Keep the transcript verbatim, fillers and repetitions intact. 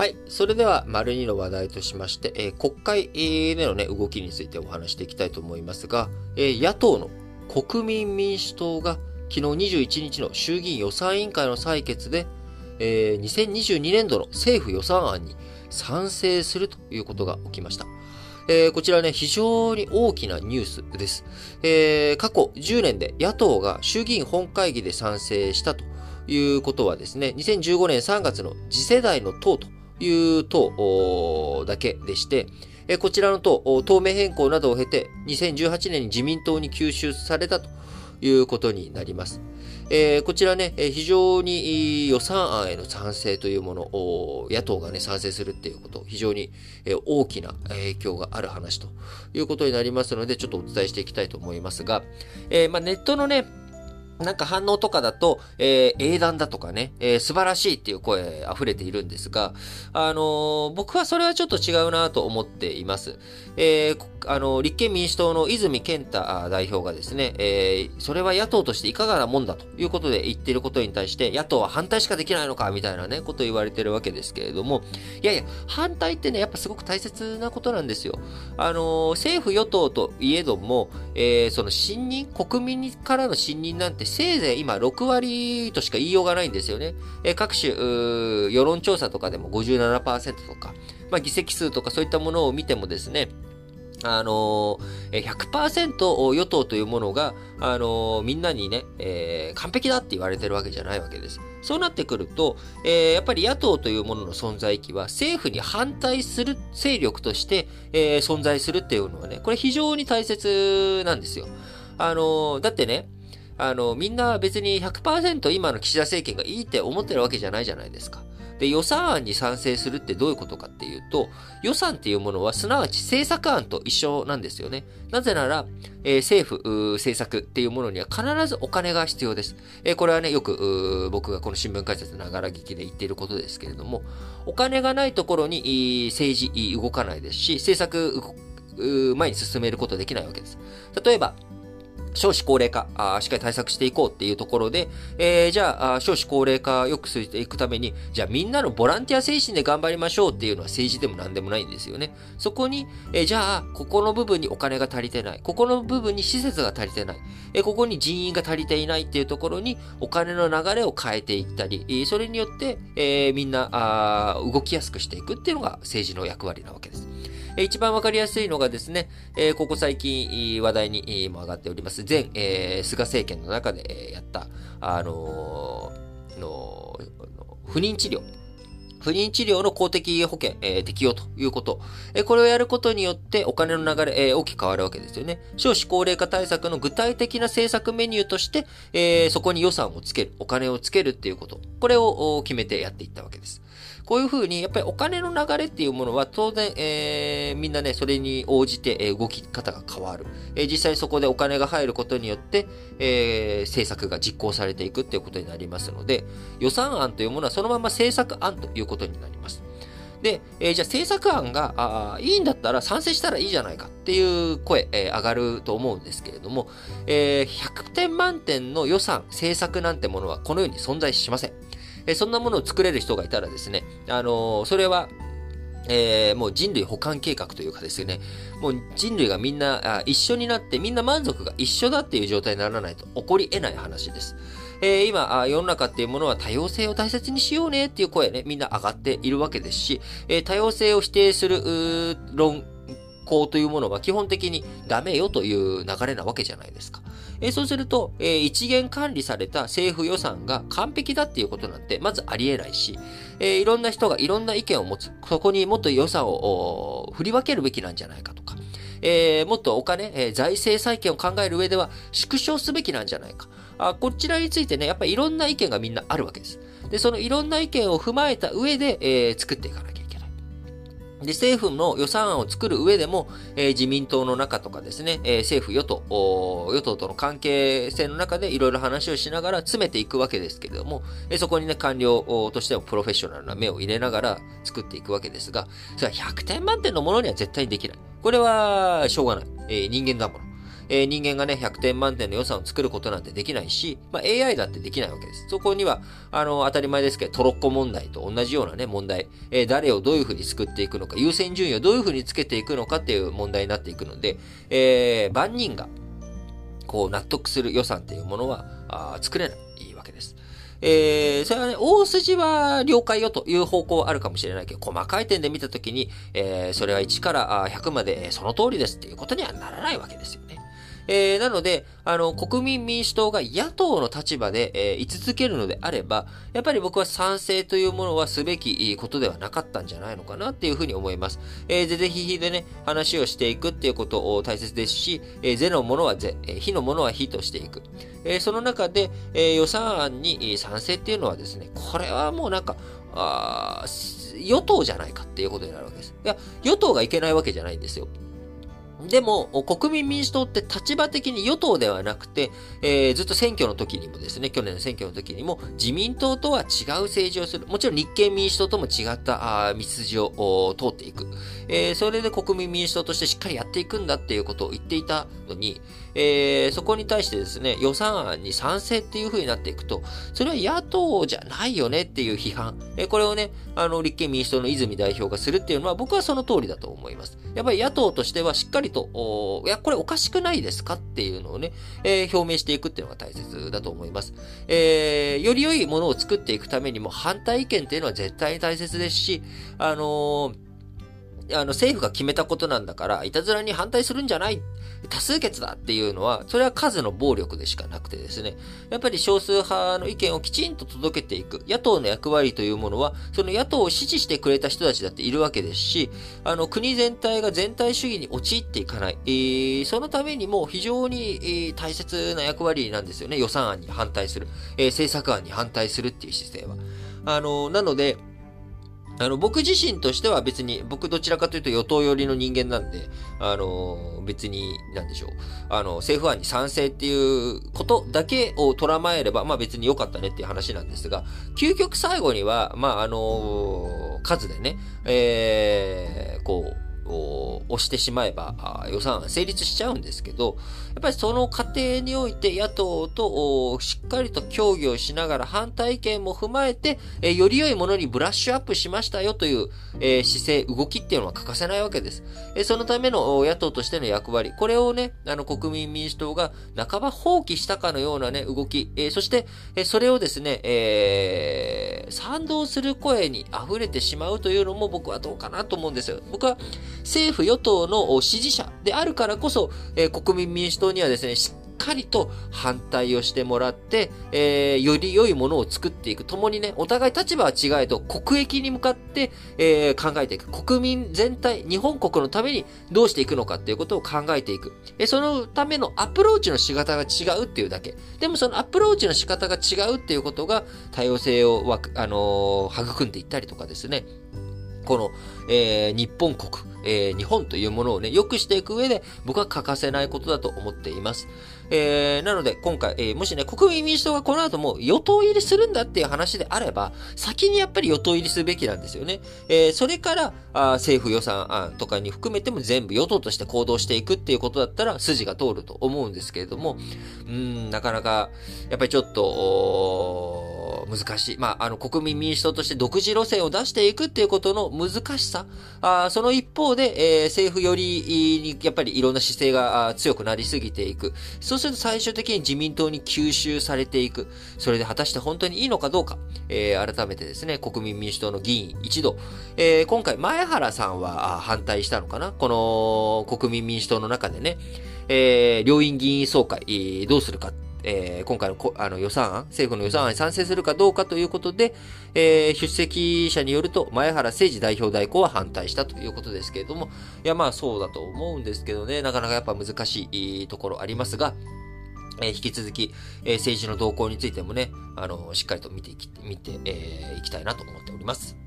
はい。それでは、丸にの話題としまして、えー、国会でのね、動きについてお話していきたいと思いますが、えー、野党の国民民主党が昨日にじゅういちにちの衆議院予算委員会の採決で、えー、にせんにじゅうにねんどの政府予算案に賛成するということが起きました。えー、こちらね、非常に大きなニュースです。えー、過去じゅうねんで野党が衆議院本会議で賛成したということはですね、にせんじゅうごねんさんがつの次世代の党という党だけでして、こちらの党、党名変更などを経て、にせんじゅうはちねんに自民党に吸収されたということになります。えー、こちらね、非常に予算案への賛成というもの、野党がね、賛成するっていうこと、非常に大きな影響がある話ということになりますので、ちょっとお伝えしていきたいと思いますが、えー、まあネットのね、なんか反応とかだと、えー、英断だとかね、えー、素晴らしいっていう声溢れているんですが、あのー、僕はそれはちょっと違うなと思っています。えー、あのー、立憲民主党の泉健太代表がですね、えー、それは野党としていかがなもんだということで言っていることに対して、野党は反対しかできないのかみたいなね、ことを言われてるわけですけれども、いやいや、反対ってね、やっぱすごく大切なことなんですよ。あのー、政府与党といえども、えー、その信任、国民からの信任なんてせいぜい今ろくわりとしか言いようがないんですよね。えー、各種世論調査とかでも ごじゅうななパーセント とか、まあ、議席数とかそういったものを見てもですね、あのー、ひゃくパーセント 与党というものが、あのー、みんなにね、えー、完璧だって言われてるわけじゃないわけです。そうなってくると、えー、やっぱり野党というものの存在意義は政府に反対する勢力として、えー、存在するっていうのはね、これ非常に大切なんですよ。あのー、だってね、あの、みんな別に ひゃくパーセント 今の岸田政権がいいって思ってるわけじゃないじゃないですか。で、予算案に賛成するってどういうことかっていうと、予算っていうものはすなわち政策案と一緒なんですよね。なぜなら、えー、政府政策っていうものには必ずお金が必要です。えー、これはね、よく僕がこの新聞解説ながら聞きで言っていることですけれども、お金がないところに政治動かないですし、政策前に進めることできないわけです。例えば、少子高齢化あ、しっかり対策していこうっていうところで、えー、じゃあ、少子高齢化を良くしていくために、じゃあみんなのボランティア精神で頑張りましょうっていうのは政治でも何でもないんですよね。そこに、えー、じゃあ、ここの部分にお金が足りてない。ここの部分に施設が足りてない。えー、ここに人員が足りていないっていうところに、お金の流れを変えていったり、えー、それによって、えー、みんなあ動きやすくしていくっていうのが政治の役割なわけです。一番わかりやすいのがですね、ここ最近話題にも上がっております、前、えー、菅政権の中でやった、あのー、の不妊治療。不妊治療の公的保険、えー、適用ということ。えー、これをやることによってお金の流れ、えー、大きく変わるわけですよね。少子高齢化対策の具体的な政策メニューとして、えー、そこに予算をつける、お金をつけるっていうこと。これを決めてやっていったわけです。こういうふうに、やっぱりお金の流れっていうものは当然、えー、みんなね、それに応じて、えー、動き方が変わる。えー、実際そこでお金が入ることによって、えー、政策が実行されていくっていうことになりますので、予算案というものはそのまま政策案ということになります。で、えー、じゃあ政策案があいいんだったら賛成したらいいじゃないかっていう声、えー、上がると思うんですけれども、えー、ひゃくてん満点の予算、政策なんてものはこの世に存在しません。えー、そんなものを作れる人がいたらですね、あのー、それは、えー、もう人類補完計画というかですね、もう人類がみんなあ一緒になってみんな満足が一緒だっていう状態にならないと起こり得ない話です。えー、今、世の中っていうものは多様性を大切にしようねっていう声ね、みんな上がっているわけですし、えー、多様性を否定する論考というものは基本的にダメよという流れなわけじゃないですか。えー、そうすると、えー、一元管理された政府予算が完璧だっていうことなんてまずありえないし、えー、いろんな人がいろんな意見を持つ。そこにもっと予算を振り分けるべきなんじゃないかとか、えー、もっとお金、えー、財政再建を考える上では縮小すべきなんじゃないか。あこちらについてね、やっぱりいろんな意見がみんなあるわけです。で、そのいろんな意見を踏まえた上で、えー、作っていかなきゃいけない。で、政府の予算案を作る上でも、えー、自民党の中とかですね、えー、政府与党、与党との関係性の中でいろいろ話をしながら詰めていくわけですけれども、えー、そこにね、官僚としてもプロフェッショナルな目を入れながら作っていくわけですが、それはひゃくてん満点のものには絶対にできない。これは、しょうがない。えー、人間だもの。 えー、人間がね、ひゃくてん満点の予算を作ることなんてできないし、まあ、エーアイ だってできないわけです。そこには、あの、当たり前ですけど、トロッコ問題と同じようなね、問題、えー、誰をどういうふうに救っていくのか、優先順位をどういうふうにつけていくのかっていう問題になっていくので、えー、万人が、こう、納得する予算っていうものは、あ作れないわけです。えー、それはね、大筋は了解よという方向はあるかもしれないけど、細かい点で見たときに、えー、それはいちからひゃくまでその通りですっていうことにはならないわけですよね。えー、なので、あの、国民民主党が野党の立場で、えー、居続けるのであれば、やっぱり僕は賛成というものはすべきことではなかったんじゃないのかなっていうふうに思います。えー、ぜぜひひでね、話をしていくっていうことを大切ですし、えー、是のものは是、えー、非のものは非としていく。えー、その中で、えー、予算案に賛成っていうのはですね、これはもうなんか、あ与党じゃないかっていうことになるわけです。いや、与党がいけないわけじゃないんですよ。でも、国民民主党って立場的に与党ではなくて、えー、ずっと選挙の時にもですね、去年の選挙の時にも自民党とは違う政治をする。もちろん立憲民主党とも違ったあ道筋を通っていく。えー、それで国民民主党としてしっかりやっていくんだっていうことを言っていたのに、えー、そこに対してですね、予算案に賛成っていう風になっていくと、それは野党じゃないよねっていう批判。えー、これをね、あの、立憲民主党の泉代表がするっていうのは僕はその通りだと思います。やっぱり野党としてはしっかりと、いや、これおかしくないですかっていうのをね、えー、表明していくっていうのが大切だと思います。えー、より良いものを作っていくためにも反対意見っていうのは絶対に大切ですし、あのーあの、政府が決めたことなんだから、いたずらに反対するんじゃない、多数決だっていうのは、それは数の暴力でしかなくてですね、やっぱり少数派の意見をきちんと届けていく、野党の役割というものは、その野党を支持してくれた人たちだっているわけですし、あの、国全体が全体主義に陥っていかない、えー、そのためにも非常に、えー、大切な役割なんですよね、予算案に反対する、えー、政策案に反対するっていう姿勢は。あの、なので、あの、僕自身としては別に、僕どちらかというと与党寄りの人間なんで、あの、別に、なんでしょう。あの、政府案に賛成っていうことだけを捉まえれば、まあ別に良かったねっていう話なんですが、究極最後には、まああの、数でね、えー、こう、押してしまえば予算案成立しちゃうんですけど、やっぱりその過程において野党としっかりと協議をしながら反対意見も踏まえて、より良いものにブラッシュアップしましたよという姿勢、動きっていうのは欠かせないわけです。そのための野党としての役割、これをね、あの国民民主党が半ば放棄したかのようなね、動き、そしてそれをですね、えー、賛同する声に溢れてしまうというのも僕はどうかなと思うんですよ。僕は政府与党の支持者であるからこそ、えー、国民民主党にはですね、しっかりと反対をしてもらって、えー、より良いものを作っていく。共にね、お互い立場は違えど、国益に向かって、えー、考えていく。国民全体、日本国のためにどうしていくのかっていうことを考えていく。えー、そのためのアプローチの仕方が違うっていうだけ。でもそのアプローチの仕方が違うっていうことが、多様性を、あのー、育んでいったりとかですね。この、えー、日本国、えー、日本というものをね、良くしていく上で、僕は欠かせないことだと思っています。えー、なので、今回、えー、もしね、国民民主党がこの後も与党入りするんだっていう話であれば、先にやっぱり与党入りするべきなんですよね。えー、それから、あ政府予算案とかに含めても全部与党として行動していくっていうことだったら、筋が通ると思うんですけれども、うーん、なかなか、やっぱりちょっと、難しい。まあ、あの、国民民主党として独自路線を出していくっていうことの難しさ。あその一方で、えー、政府よりに、やっぱりいろんな姿勢が強くなりすぎていく。そうすると最終的に自民党に吸収されていく。それで果たして本当にいいのかどうか。えー、改めてですね、国民民主党の議員一同。えー、今回、前原さんは反対したのかな？この国民民主党の中でね、えー、両院議員総会、どうするか。えー、今回のこあの予算案、政府の予算案に賛成するかどうかということで、えー、出席者によると、前原誠司代表代行は反対したということですけれども、いや、まあそうだと思うんですけどね、なかなかやっぱ難しいところありますが、えー、引き続き、えー、政治の動向についてもね、あの、しっかりと見ていき、見て、えー、いきたいなと思っております。